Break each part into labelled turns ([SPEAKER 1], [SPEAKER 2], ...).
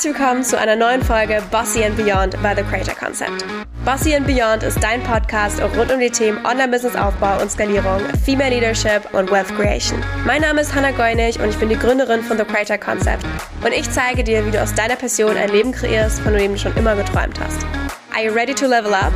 [SPEAKER 1] Herzlich willkommen zu einer neuen Folge Bossy and Beyond by The Creator Concept. Bossy and Beyond ist dein Podcast rund um die Themen Online-Business-Aufbau und Skalierung, Female Leadership und Wealth Creation. Mein Name ist Hannah Goinig und ich bin die Gründerin von The Creator Concept. Und ich zeige dir, wie du aus deiner Passion ein Leben kreierst, von dem du schon immer geträumt hast. Are you ready to level up?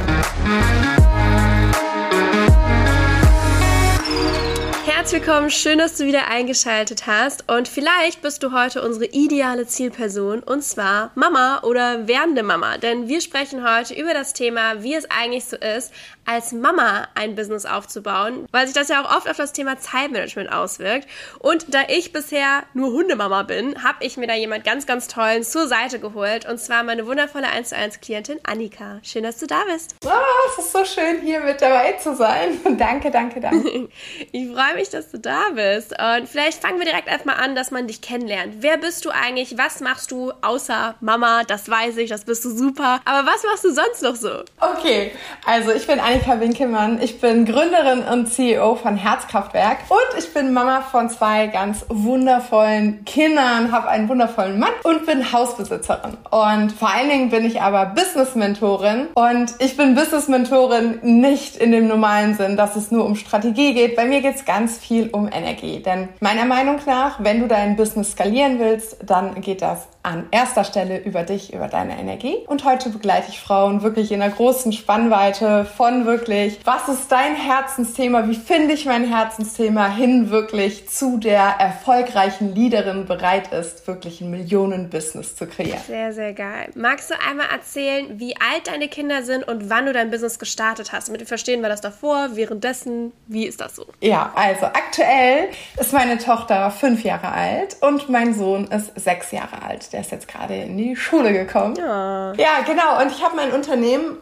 [SPEAKER 1] Herzlich willkommen, schön, dass du wieder eingeschaltet hast und vielleicht bist du heute unsere ideale Zielperson und zwar Mama oder werdende Mama, denn wir sprechen heute über das Thema, wie es eigentlich so ist, als Mama ein Business aufzubauen, weil sich das ja auch oft auf das Thema Zeitmanagement auswirkt und da ich bisher nur Hundemama bin, habe ich mir da jemand ganz, ganz tollen zur Seite geholt und zwar meine wundervolle 1:1 Klientin Annika. Schön, dass du da bist.
[SPEAKER 2] Oh, es ist so schön, hier mit dabei zu sein. Danke.
[SPEAKER 1] Ich freue mich, dass du da bist. Und vielleicht fangen wir direkt einfach mal an, dass man dich kennenlernt. Wer bist du eigentlich? Was machst du außer Mama? Das weiß ich, das bist du super. Aber was machst du sonst noch so?
[SPEAKER 2] Okay, also ich bin Annika Winkelmann. Ich bin Gründerin und CEO von Herzkraftwerk. Und ich bin Mama von 2 ganz wundervollen Kindern, habe einen wundervollen Mann und bin Hausbesitzerin. Und vor allen Dingen bin ich aber Business-Mentorin. Und ich bin Business-Mentorin nicht in dem normalen Sinn, dass es nur um Strategie geht. Bei mir geht es ganz viel um Energie. Denn meiner Meinung nach, wenn du dein Business skalieren willst, dann geht das an erster Stelle über dich, über deine Energie. Und heute begleite ich Frauen wirklich in einer großen Spannweite von wirklich, was ist dein Herzensthema, wie finde ich mein Herzensthema, hin wirklich zu der erfolgreichen Leaderin bereit ist, wirklich ein Millionen-Business zu kreieren.
[SPEAKER 1] Sehr, sehr geil. Magst du einmal erzählen, wie alt deine Kinder sind und wann du dein Business gestartet hast? Damit wir verstehen, war das davor, währenddessen, wie ist das so?
[SPEAKER 2] Ja, also aktuell ist meine Tochter 5 Jahre alt und mein Sohn ist 6 Jahre alt. Der ist jetzt gerade in die Schule gekommen. Ja, genau. Und ich habe mein Unternehmen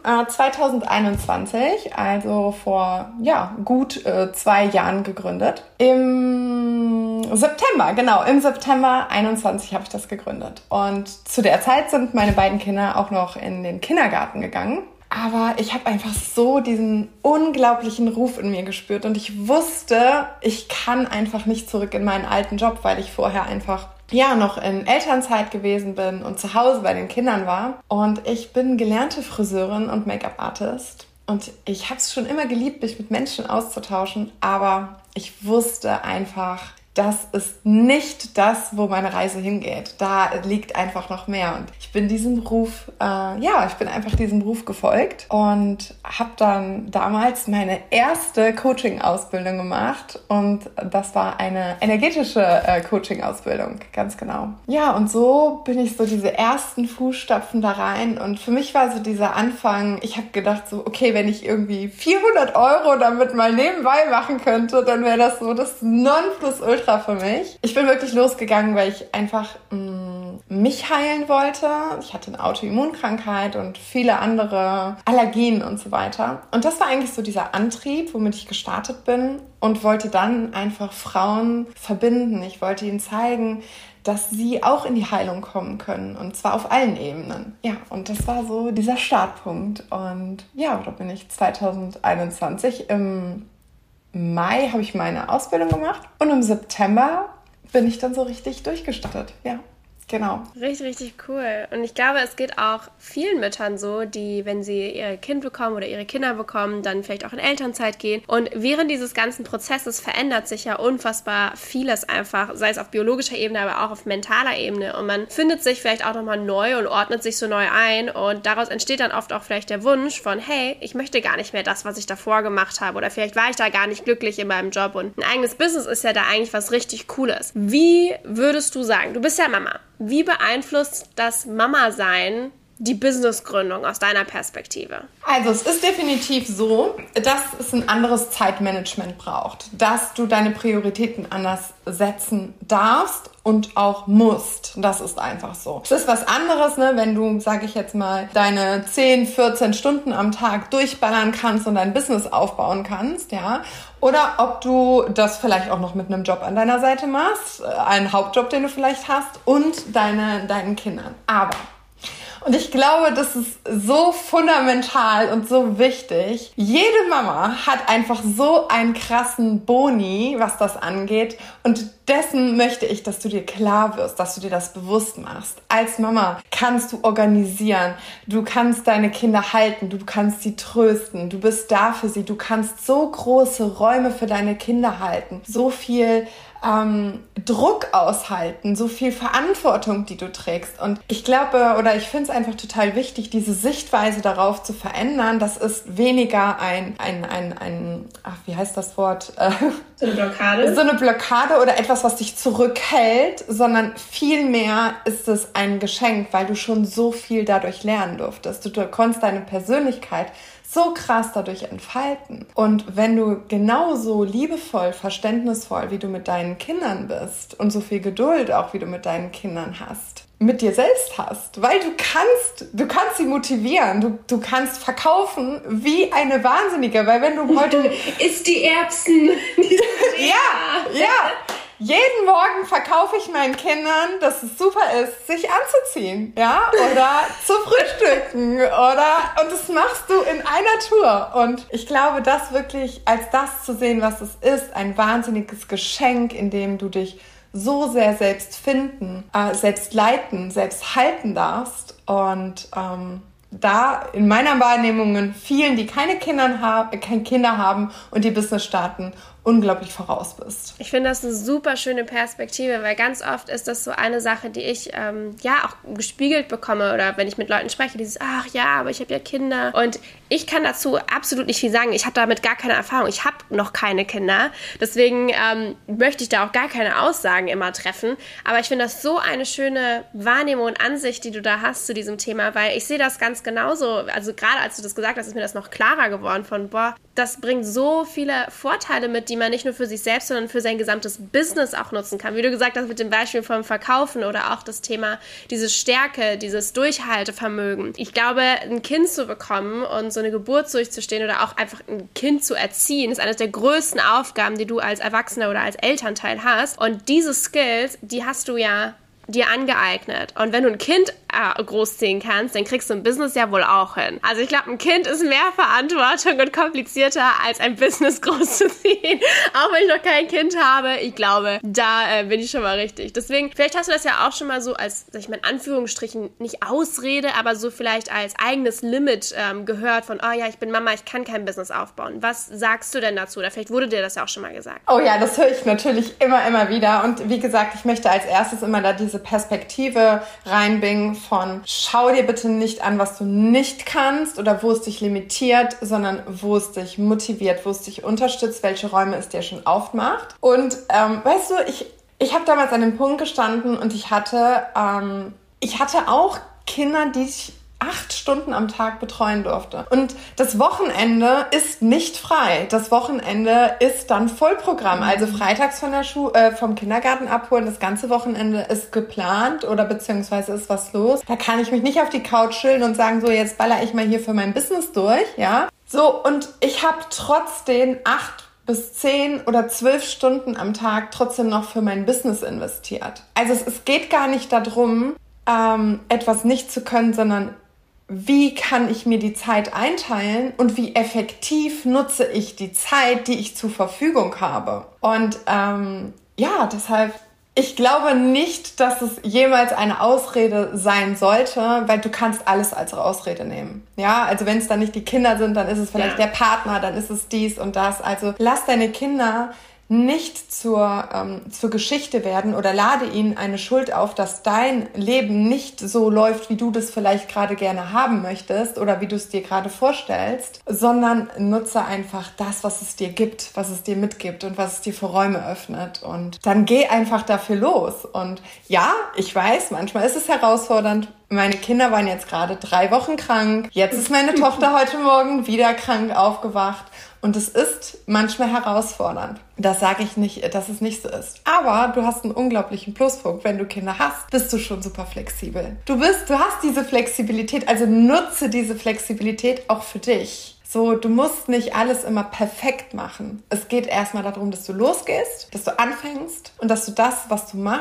[SPEAKER 2] 2021, also vor gut 2 Jahren gegründet. Im September 21 habe ich das gegründet. Und zu der Zeit sind meine beiden Kinder auch noch in den Kindergarten gegangen. Aber ich habe einfach so diesen unglaublichen Ruf in mir gespürt und ich wusste, ich kann einfach nicht zurück in meinen alten Job, weil ich vorher einfach noch in Elternzeit gewesen bin und zu Hause bei den Kindern war. Und ich bin gelernte Friseurin und Make-up-Artist und ich habe es schon immer geliebt, mich mit Menschen auszutauschen, aber ich wusste einfach, das ist nicht das, wo meine Reise hingeht. Da liegt einfach noch mehr. Und ich bin diesem Ruf, diesem Ruf gefolgt und habe dann damals meine erste Coaching-Ausbildung gemacht. Und das war eine energetische Coaching-Ausbildung, ganz genau. Ja, und so bin ich so diese ersten Fußstapfen da rein. Und für mich war so dieser Anfang, ich habe gedacht so, okay, wenn ich irgendwie 400 € damit mal nebenbei machen könnte, dann wäre das so das Nonplusultra für mich. Ich bin wirklich losgegangen, weil ich einfach mich heilen wollte. Ich hatte eine Autoimmunkrankheit und viele andere Allergien und so weiter. Und das war eigentlich so dieser Antrieb, womit ich gestartet bin und wollte dann einfach Frauen verbinden. Ich wollte ihnen zeigen, dass sie auch in die Heilung kommen können und zwar auf allen Ebenen. Ja, und das war so dieser Startpunkt. Und ja, da bin ich 2021 im Mai habe ich meine Ausbildung gemacht und im September bin ich dann so richtig durchgestartet. Ja, genau.
[SPEAKER 1] Richtig, richtig cool. Und ich glaube, es geht auch vielen Müttern so, die, wenn sie ihr Kind bekommen oder ihre Kinder bekommen, dann vielleicht auch in Elternzeit gehen. Und während dieses ganzen Prozesses verändert sich ja unfassbar vieles einfach, sei es auf biologischer Ebene, aber auch auf mentaler Ebene. Und man findet sich vielleicht auch nochmal neu und ordnet sich so neu ein. Und daraus entsteht dann oft auch vielleicht der Wunsch von, hey, ich möchte gar nicht mehr das, was ich davor gemacht habe. Oder vielleicht war ich da gar nicht glücklich in meinem Job. Und ein eigenes Business ist ja da eigentlich was richtig Cooles. Wie würdest du sagen, du bist ja Mama, wie beeinflusst das Mama-Sein die Businessgründung aus deiner Perspektive?
[SPEAKER 2] Also es ist definitiv so, dass es ein anderes Zeitmanagement braucht, dass du deine Prioritäten anders setzen darfst und auch musst. Das ist einfach so. Es ist was anderes, ne, wenn du, sage ich jetzt mal, deine 10, 14 Stunden am Tag durchballern kannst und dein Business aufbauen kannst, ja. Oder ob du das vielleicht auch noch mit einem Job an deiner Seite machst, einen Hauptjob, den du vielleicht hast und deinen Kindern. Aber Und ich glaube, das ist so fundamental und so wichtig. Jede Mama hat einfach so einen krassen Boni, was das angeht. Und dessen möchte ich, dass du dir klar wirst, dass du dir das bewusst machst. Als Mama kannst du organisieren, du kannst deine Kinder halten, du kannst sie trösten, du bist da für sie, du kannst so große Räume für deine Kinder halten, so viel Druck aushalten, so viel Verantwortung, die du trägst. Und ich glaube, oder ich finde es einfach total wichtig, diese Sichtweise darauf zu verändern. Das ist weniger wie heißt das Wort?
[SPEAKER 1] So eine Blockade?
[SPEAKER 2] So eine Blockade oder etwas, was dich zurückhält, sondern vielmehr ist es ein Geschenk, weil du schon so viel dadurch lernen durftest. Du konntest deine Persönlichkeit so krass dadurch entfalten. Und wenn du genauso liebevoll, verständnisvoll, wie du mit deinen Kindern bist und so viel Geduld auch, wie du mit deinen Kindern hast, mit dir selbst hast, weil du kannst sie motivieren, du kannst verkaufen wie eine Wahnsinnige, weil wenn du heute...
[SPEAKER 1] Isst die Erbsen!
[SPEAKER 2] Ja! Jeden Morgen verkaufe ich meinen Kindern, dass es super ist, sich anzuziehen, ja, oder zu frühstücken, und das machst du in einer Tour. Und ich glaube, das wirklich als das zu sehen, was es ist, ein wahnsinniges Geschenk, in dem du dich so sehr selbst finden, selbst leiten, selbst halten darfst. Und da in meiner Wahrnehmung vielen, die keine Kinder haben und die Business starten, unglaublich voraus bist.
[SPEAKER 1] Ich finde das eine super schöne Perspektive, weil ganz oft ist das so eine Sache, die ich auch gespiegelt bekomme oder wenn ich mit Leuten spreche, dieses, ach ja, aber ich habe ja Kinder und ich kann dazu absolut nicht viel sagen. Ich habe damit gar keine Erfahrung. Ich habe noch keine Kinder. Deswegen möchte ich da auch gar keine Aussagen immer treffen. Aber ich finde das so eine schöne Wahrnehmung und Ansicht, die du da hast zu diesem Thema, weil ich sehe das ganz genauso. Also gerade als du das gesagt hast, ist mir das noch klarer geworden von, das bringt so viele Vorteile mit, die man nicht nur für sich selbst, sondern für sein gesamtes Business auch nutzen kann. Wie du gesagt hast mit dem Beispiel vom Verkaufen oder auch das Thema diese Stärke, dieses Durchhaltevermögen. Ich glaube, ein Kind zu bekommen und so eine Geburt durchzustehen oder auch einfach ein Kind zu erziehen, ist eines der größten Aufgaben, die du als Erwachsener oder als Elternteil hast. Und diese Skills, die hast du ja dir angeeignet. Und wenn du ein Kind großziehen kannst, dann kriegst du ein Business ja wohl auch hin. Also ich glaube, ein Kind ist mehr Verantwortung und komplizierter, als ein Business großzuziehen. Auch wenn ich noch kein Kind habe, ich glaube, da bin ich schon mal richtig. Deswegen, vielleicht hast du das ja auch schon mal so als, sag ich mal in Anführungsstrichen, nicht Ausrede, aber so vielleicht als eigenes Limit gehört von, oh ja, ich bin Mama, ich kann kein Business aufbauen. Was sagst du denn dazu? Oder vielleicht wurde dir das ja auch schon mal gesagt.
[SPEAKER 2] Oh ja, das höre ich natürlich immer wieder. Und wie gesagt, ich möchte als erstes immer da diese Perspektive reinbringen von, schau dir bitte nicht an, was du nicht kannst oder wo es dich limitiert, sondern wo es dich motiviert, wo es dich unterstützt, welche Räume es dir schon aufmacht. Und weißt du, ich habe damals an dem Punkt gestanden und ich hatte auch Kinder, die ich 8 Stunden am Tag betreuen durfte. Und das Wochenende ist nicht frei. Das Wochenende ist dann Vollprogramm. Also freitags vom Kindergarten abholen, das ganze Wochenende ist geplant oder beziehungsweise ist was los. Da kann ich mich nicht auf die Couch chillen und sagen, so jetzt baller ich mal hier für mein Business durch, ja. So, und ich habe trotzdem 8 bis 10 oder 12 Stunden am Tag trotzdem noch für mein Business investiert. Also es geht gar nicht darum, etwas nicht zu können, sondern wie kann ich mir die Zeit einteilen und wie effektiv nutze ich die Zeit, die ich zur Verfügung habe. Und deshalb, ich glaube nicht, dass es jemals eine Ausrede sein sollte, weil du kannst alles als Ausrede nehmen. Ja, also wenn es dann nicht die Kinder sind, dann ist es vielleicht der Partner, dann ist es dies und das. Also lass deine Kinder nicht zur Geschichte werden oder lade ihnen eine Schuld auf, dass dein Leben nicht so läuft, wie du das vielleicht gerade gerne haben möchtest oder wie du es dir gerade vorstellst, sondern nutze einfach das, was es dir gibt, was es dir mitgibt und was es dir für Räume öffnet und dann geh einfach dafür los. Und ja, ich weiß, manchmal ist es herausfordernd. Meine Kinder waren jetzt gerade 3 Wochen krank. Jetzt ist meine Tochter heute Morgen wieder krank aufgewacht. Und es ist manchmal herausfordernd. Das sage ich nicht, dass es nicht so ist. Aber du hast einen unglaublichen Pluspunkt. Wenn du Kinder hast, bist du schon super flexibel. Du hast diese Flexibilität, also nutze diese Flexibilität auch für dich. So, du musst nicht alles immer perfekt machen. Es geht erstmal darum, dass du losgehst, dass du anfängst und dass du das, was du machst,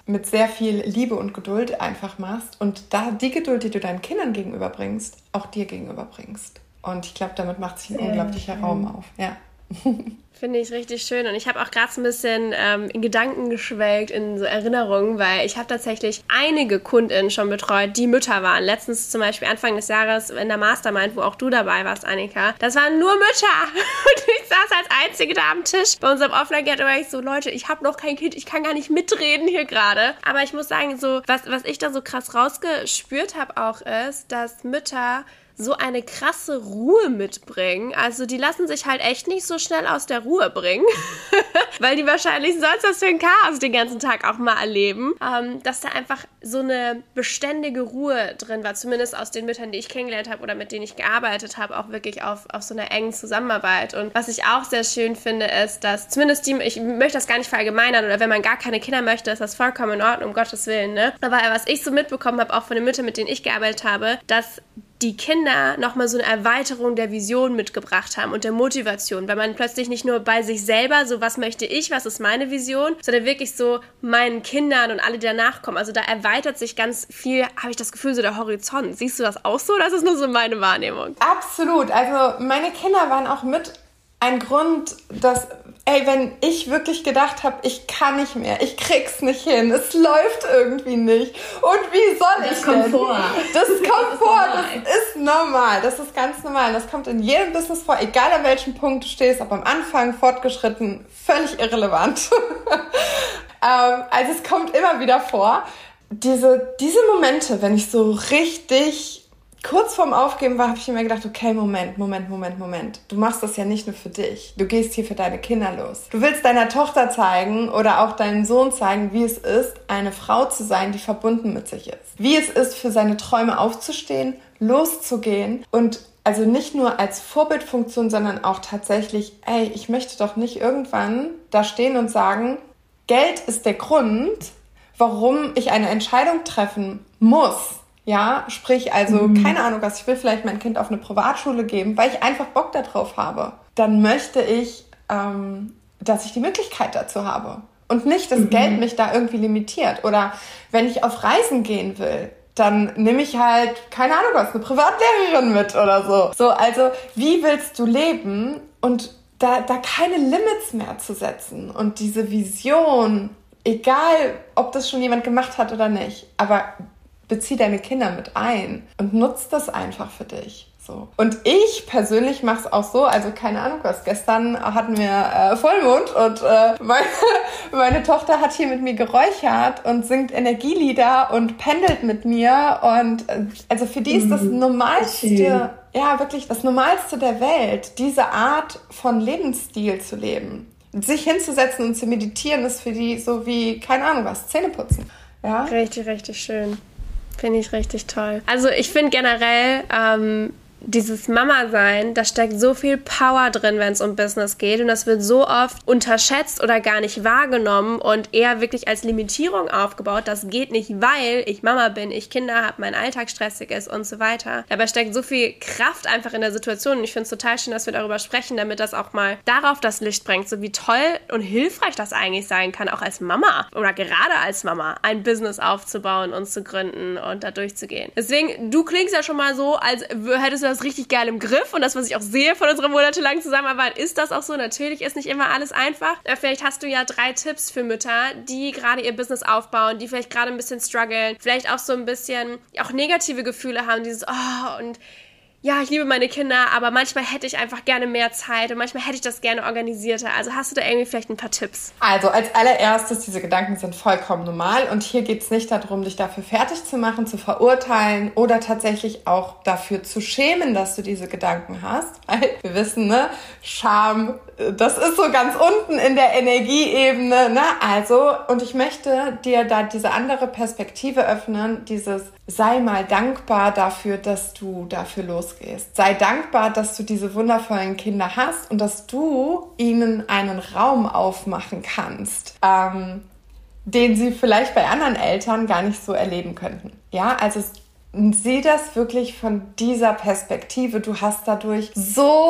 [SPEAKER 2] mit sehr viel Liebe und Geduld einfach machst und da die Geduld, die du deinen Kindern gegenüberbringst, auch dir gegenüberbringst. Und ich glaube, damit macht sich ein unglaublicher Raum auf. Ja.
[SPEAKER 1] Finde ich richtig schön. Und ich habe auch gerade so ein bisschen in Gedanken geschwelgt, in so Erinnerungen, weil ich habe tatsächlich einige KundInnen schon betreut, die Mütter waren. Letztens zum Beispiel Anfang des Jahres in der Mastermind, wo auch du dabei warst, Annika. Das waren nur Mütter. Und ich saß als Einzige da am Tisch bei unserem Offline-Get und war ich so, Leute, ich habe noch kein Kind, ich kann gar nicht mitreden hier gerade. Aber ich muss sagen, so was ich da so krass rausgespürt habe auch ist, dass Mütter so eine krasse Ruhe mitbringen. Also die lassen sich halt echt nicht so schnell aus der Ruhe bringen, weil die wahrscheinlich sonst was für ein Chaos den ganzen Tag auch mal erleben, dass da einfach so eine beständige Ruhe drin war, zumindest aus den Müttern, die ich kennengelernt habe oder mit denen ich gearbeitet habe, auch wirklich auf so einer engen Zusammenarbeit. Und was ich auch sehr schön finde, ist, dass zumindest ich möchte das gar nicht verallgemeinern oder wenn man gar keine Kinder möchte, ist das vollkommen in Ordnung, um Gottes Willen, ne? Aber was ich so mitbekommen habe, auch von den Müttern, mit denen ich gearbeitet habe, dass die Kinder nochmal so eine Erweiterung der Vision mitgebracht haben und der Motivation, weil man plötzlich nicht nur bei sich selber so, was möchte ich, was ist meine Vision, sondern wirklich so meinen Kindern und alle, die danach kommen. Also da erweitert sich ganz viel, habe ich das Gefühl, so der Horizont. Siehst du das auch so oder ist das nur so meine Wahrnehmung?
[SPEAKER 2] Absolut. Also meine Kinder waren auch mit ein Grund, dass, wenn ich wirklich gedacht habe, ich kann nicht mehr, ich krieg's nicht hin, es läuft irgendwie nicht. Und wie soll ich denn? Das kommt vor, das ist normal, das ist ganz normal. Das kommt in jedem Business vor, egal an welchem Punkt du stehst, ob am Anfang, fortgeschritten, völlig irrelevant. Also es kommt immer wieder vor. Diese Momente, wenn ich so richtig kurz vorm Aufgeben war, habe ich mir gedacht, okay, Moment. Du machst das ja nicht nur für dich. Du gehst hier für deine Kinder los. Du willst deiner Tochter zeigen oder auch deinem Sohn zeigen, wie es ist, eine Frau zu sein, die verbunden mit sich ist. Wie es ist, für seine Träume aufzustehen, loszugehen und also nicht nur als Vorbildfunktion, sondern auch tatsächlich, ich möchte doch nicht irgendwann da stehen und sagen, Geld ist der Grund, warum ich eine Entscheidung treffen muss. Ja, sprich also, keine Ahnung was, ich will vielleicht mein Kind auf eine Privatschule geben, weil ich einfach Bock darauf habe. Dann möchte ich, dass ich die Möglichkeit dazu habe. Und nicht, dass Geld mich da irgendwie limitiert. Oder wenn ich auf Reisen gehen will, dann nehme ich halt, keine Ahnung was, eine Privatlehrerin mit oder so. So, also, wie willst du leben? Und da keine Limits mehr zu setzen. Und diese Vision, egal, ob das schon jemand gemacht hat oder nicht, aber bezieh deine Kinder mit ein und nutz das einfach für dich. So. Und ich persönlich mache es auch so, also keine Ahnung was, gestern hatten wir Vollmond und meine Tochter hat hier mit mir geräuchert und singt Energielieder und pendelt mit mir und also für die ist das Normalste, ja wirklich das Normalste der Welt, diese Art von Lebensstil zu leben. Sich hinzusetzen und zu meditieren ist für die so wie, keine Ahnung was, Zähneputzen. Ja?
[SPEAKER 1] Richtig, richtig schön. Finde ich richtig toll. Also ich finde generell, dieses Mama-Sein, da steckt so viel Power drin, wenn es um Business geht und das wird so oft unterschätzt oder gar nicht wahrgenommen und eher wirklich als Limitierung aufgebaut. Das geht nicht, weil ich Mama bin, ich Kinder habe, mein Alltag stressig ist und so weiter. Dabei steckt so viel Kraft einfach in der Situation und ich finde es total schön, dass wir darüber sprechen, damit das auch mal darauf das Licht bringt, so wie toll und hilfreich das eigentlich sein kann, auch als Mama oder gerade als Mama ein Business aufzubauen und zu gründen und da durchzugehen. Deswegen, du klingst ja schon mal so, als hättest du das richtig geil im Griff und das, was ich auch sehe von unserer monatelangen Zusammenarbeit, ist das auch so. Natürlich ist nicht immer alles einfach. Vielleicht hast du ja 3 Tipps für Mütter, die gerade ihr Business aufbauen, die vielleicht gerade ein bisschen strugglen, vielleicht auch so ein bisschen auch negative Gefühle haben, dieses und ja, ich liebe meine Kinder, aber manchmal hätte ich einfach gerne mehr Zeit und manchmal hätte ich das gerne organisierter. Also hast du da irgendwie vielleicht ein paar Tipps?
[SPEAKER 2] Also als allererstes, diese Gedanken sind vollkommen normal und hier geht es nicht darum, dich dafür fertig zu machen, zu verurteilen oder tatsächlich auch dafür zu schämen, dass du diese Gedanken hast. Weil wir wissen, ne, Scham, das ist so ganz unten in der Energieebene, ne? Also, und ich möchte dir da diese andere Perspektive öffnen, dieses sei mal dankbar dafür, dass du dafür losgehst. Sei dankbar, dass du diese wundervollen Kinder hast und dass du ihnen einen Raum aufmachen kannst, den sie vielleicht bei anderen Eltern gar nicht so erleben könnten. Ja, also sieh das wirklich von dieser Perspektive. Du hast dadurch so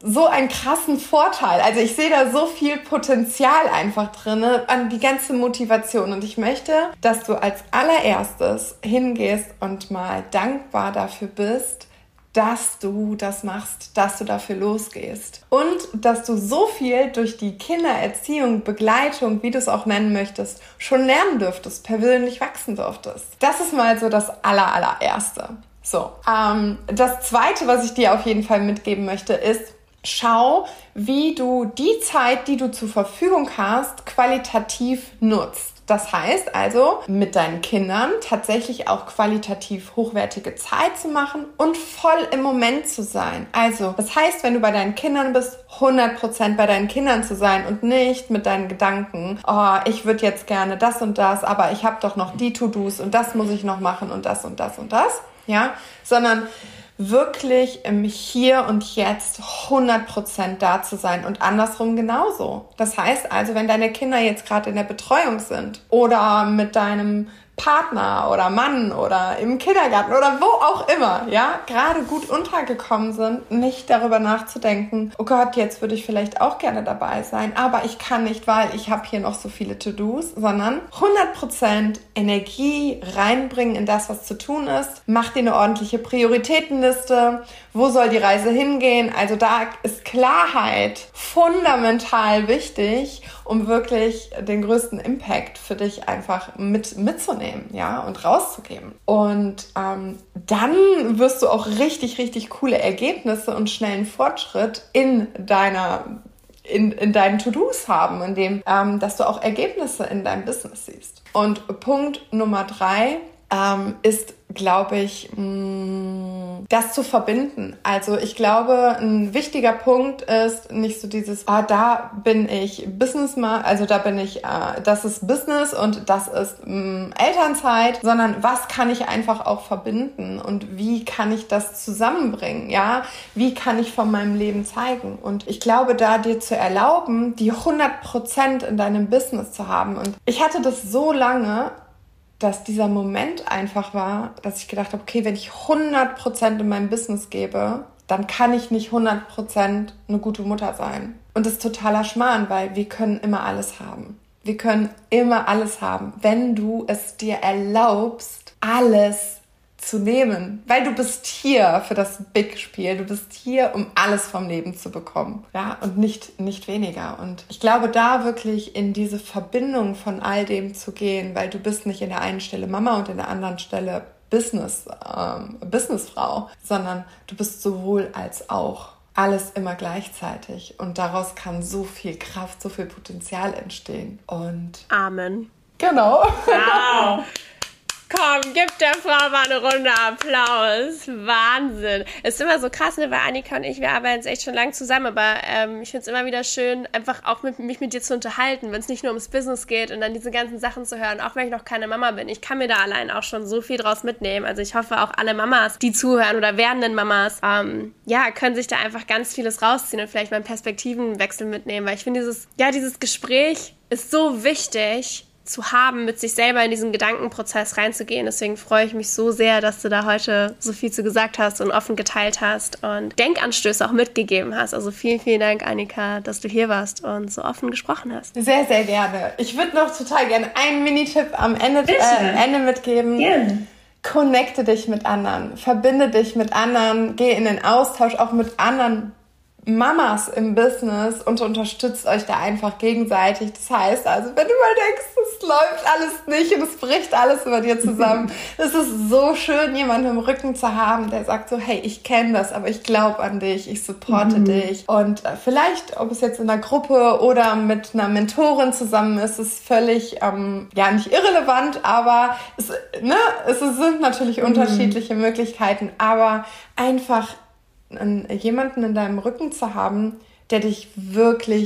[SPEAKER 2] so einen krassen Vorteil. Also ich sehe da so viel Potenzial einfach drin, an die ganze Motivation. Und ich möchte, dass du als allererstes hingehst und mal dankbar dafür bist, dass du das machst, dass du dafür losgehst. Und dass du so viel durch die Kindererziehung, Begleitung, wie du es auch nennen möchtest, schon lernen dürftest, persönlich wachsen durftest. Das ist mal so das allererste. So, das Zweite, was ich dir auf jeden Fall mitgeben möchte, ist, schau, wie du die Zeit, die du zur Verfügung hast, qualitativ nutzt. Das heißt also, mit deinen Kindern tatsächlich auch qualitativ hochwertige Zeit zu machen und voll im Moment zu sein. Also, das heißt, wenn du bei deinen Kindern bist, 100% bei deinen Kindern zu sein und nicht mit deinen Gedanken, oh, ich würde jetzt gerne das und das, aber ich habe doch noch die To-Dos und das muss ich noch machen und das und das und das, ja, sondern wirklich im Hier und Jetzt 100% da zu sein und andersrum genauso. Das heißt also, wenn deine Kinder jetzt gerade in der Betreuung sind oder mit deinem Partner oder Mann oder im Kindergarten oder wo auch immer, ja, gerade gut untergekommen sind, nicht darüber nachzudenken, oh Gott, jetzt würde ich vielleicht auch gerne dabei sein, aber ich kann nicht, weil ich habe hier noch so viele To-Dos, sondern 100% Energie reinbringen in das, was zu tun ist. Mach dir eine ordentliche Prioritätenliste. Wo soll die Reise hingehen? Also da ist Klarheit fundamental wichtig, um wirklich den größten Impact für dich einfach mitzunehmen, ja, und rauszugeben. Und dann wirst du auch richtig coole Ergebnisse und schnellen Fortschritt in deinen To-Dos haben, indem dass du auch Ergebnisse in deinem Business siehst. Und Punkt Nummer 3 ist, glaube ich, das zu verbinden. Also ich glaube, ein wichtiger Punkt ist nicht so dieses, da bin ich das ist Business und das ist Elternzeit, sondern was kann ich einfach auch verbinden und wie kann ich das zusammenbringen, ja? Wie kann ich von meinem Leben zeigen? Und ich glaube, da dir zu erlauben, die 100% in deinem Business zu haben. Und ich hatte das so lange, dass dieser Moment einfach war, dass ich gedacht habe, okay, wenn ich 100% in meinem Business gebe, dann kann ich nicht 100% eine gute Mutter sein. Und das ist totaler Schmarrn, weil wir können immer alles haben. Wir können immer alles haben, wenn du es dir erlaubst, alles zu nehmen. Weil du bist hier für das Big-Spiel. Du bist hier, um alles vom Leben zu bekommen. Ja, und nicht weniger. Und ich glaube, da wirklich in diese Verbindung von all dem zu gehen, weil du bist nicht in der einen Stelle Mama und in der anderen Stelle Businessfrau, sondern du bist sowohl als auch. Alles immer gleichzeitig. Und daraus kann so viel Kraft, so viel Potenzial entstehen. Und
[SPEAKER 1] Amen.
[SPEAKER 2] Genau.
[SPEAKER 1] Wow. Komm, gib der Frau mal eine Runde Applaus. Wahnsinn. Es ist immer so krass, ne, weil Annika und ich, wir arbeiten jetzt echt schon lange zusammen, aber ich finde es immer wieder schön, einfach auch mich mit dir zu unterhalten, wenn es nicht nur ums Business geht und dann diese ganzen Sachen zu hören, auch wenn ich noch keine Mama bin. Ich kann mir da allein auch schon so viel draus mitnehmen. Also ich hoffe auch alle Mamas, die zuhören oder werdenden Mamas, können sich da einfach ganz vieles rausziehen und vielleicht mal einen Perspektivenwechsel mitnehmen, weil ich finde, dieses Gespräch ist so wichtig zu haben, mit sich selber in diesen Gedankenprozess reinzugehen. Deswegen freue ich mich so sehr, dass du da heute so viel zu gesagt hast und offen geteilt hast und Denkanstöße auch mitgegeben hast. Also vielen, vielen Dank, Annika, dass du hier warst und so offen gesprochen hast.
[SPEAKER 2] Sehr, sehr gerne. Ich würde noch total gerne einen Minitipp am Ende mitgeben. Gerne. Connecte dich mit anderen, verbinde dich mit anderen, geh in den Austausch auch mit anderen Mamas im Business und unterstützt euch da einfach gegenseitig. Das heißt also, wenn du mal denkst, es läuft alles nicht und es bricht alles über dir zusammen, es ist so schön, jemanden im Rücken zu haben, der sagt so, hey, ich kenne das, aber ich glaube an dich, ich supporte dich. Und vielleicht, ob es jetzt in einer Gruppe oder mit einer Mentorin zusammen ist, ist völlig, nicht irrelevant, aber es sind natürlich unterschiedliche Möglichkeiten, aber einfach jemanden in deinem Rücken zu haben, der dich wirklich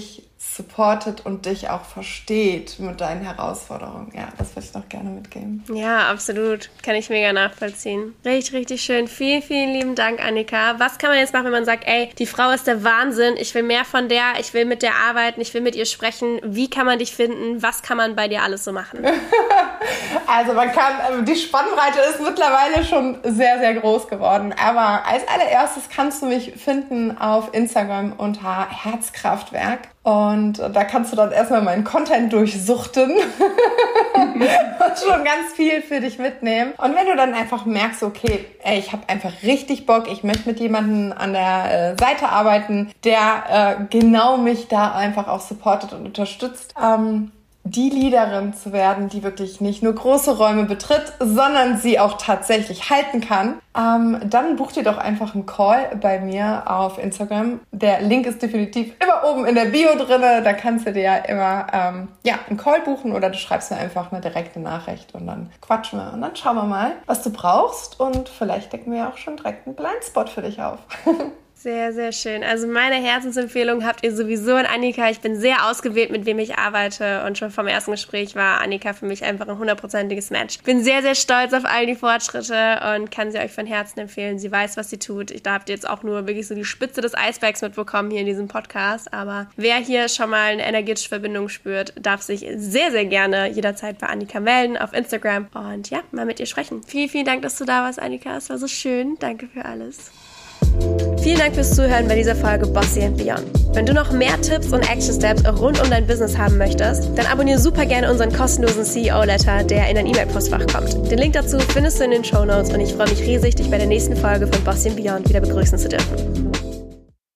[SPEAKER 2] supportet und dich auch versteht mit deinen Herausforderungen. Ja, das würde ich noch gerne mitgeben.
[SPEAKER 1] Ja, absolut. Kann ich mega nachvollziehen. Richtig, richtig schön. Vielen, vielen lieben Dank, Annika. Was kann man jetzt machen, wenn man sagt, ey, die Frau ist der Wahnsinn, ich will mehr von der, ich will mit der arbeiten, ich will mit ihr sprechen. Wie kann man dich finden? Was kann man bei dir alles so machen?
[SPEAKER 2] Also die Spannbreite ist mittlerweile schon sehr, sehr groß geworden. Aber als allererstes kannst du mich finden auf Instagram unter Herzkraftwerk. Und da kannst du dann erstmal meinen Content durchsuchten und schon ganz viel für dich mitnehmen. Und wenn du dann einfach merkst, okay, ey, ich habe einfach richtig Bock, ich möchte mit jemandem an der Seite arbeiten, der genau mich da einfach auch supportet und unterstützt, die Leaderin zu werden, die wirklich nicht nur große Räume betritt, sondern sie auch tatsächlich halten kann, dann buch dir doch einfach einen Call bei mir auf Instagram. Der Link ist definitiv immer oben in der Bio drinne. Da kannst du dir ja immer einen Call buchen oder du schreibst mir einfach eine direkte Nachricht und dann quatschen wir und dann schauen wir mal, was du brauchst und vielleicht decken wir ja auch schon direkt einen Blindspot für dich auf.
[SPEAKER 1] Sehr, sehr schön. Also meine Herzensempfehlung habt ihr sowieso an Annika. Ich bin sehr ausgewählt, mit wem ich arbeite und schon vom ersten Gespräch war Annika für mich einfach ein 100%iges Match. Bin sehr, sehr stolz auf all die Fortschritte und kann sie euch von Herzen empfehlen. Sie weiß, was sie tut. Da habt ihr jetzt auch nur wirklich so die Spitze des Eisbergs mitbekommen hier in diesem Podcast. Aber wer hier schon mal eine energetische Verbindung spürt, darf sich sehr, sehr gerne jederzeit bei Annika melden auf Instagram und ja, mal mit ihr sprechen. Vielen, vielen Dank, dass du da warst, Annika. Es war so schön. Danke für alles. Vielen Dank fürs Zuhören bei dieser Folge Bossy and Beyond. Wenn du noch mehr Tipps und Action Steps rund um dein Business haben möchtest, dann abonniere super gerne unseren kostenlosen CEO-Letter, der in dein E-Mail-Postfach kommt. Den Link dazu findest du in den Shownotes und ich freue mich riesig, dich bei der nächsten Folge von Bossy and Beyond wieder begrüßen zu dürfen.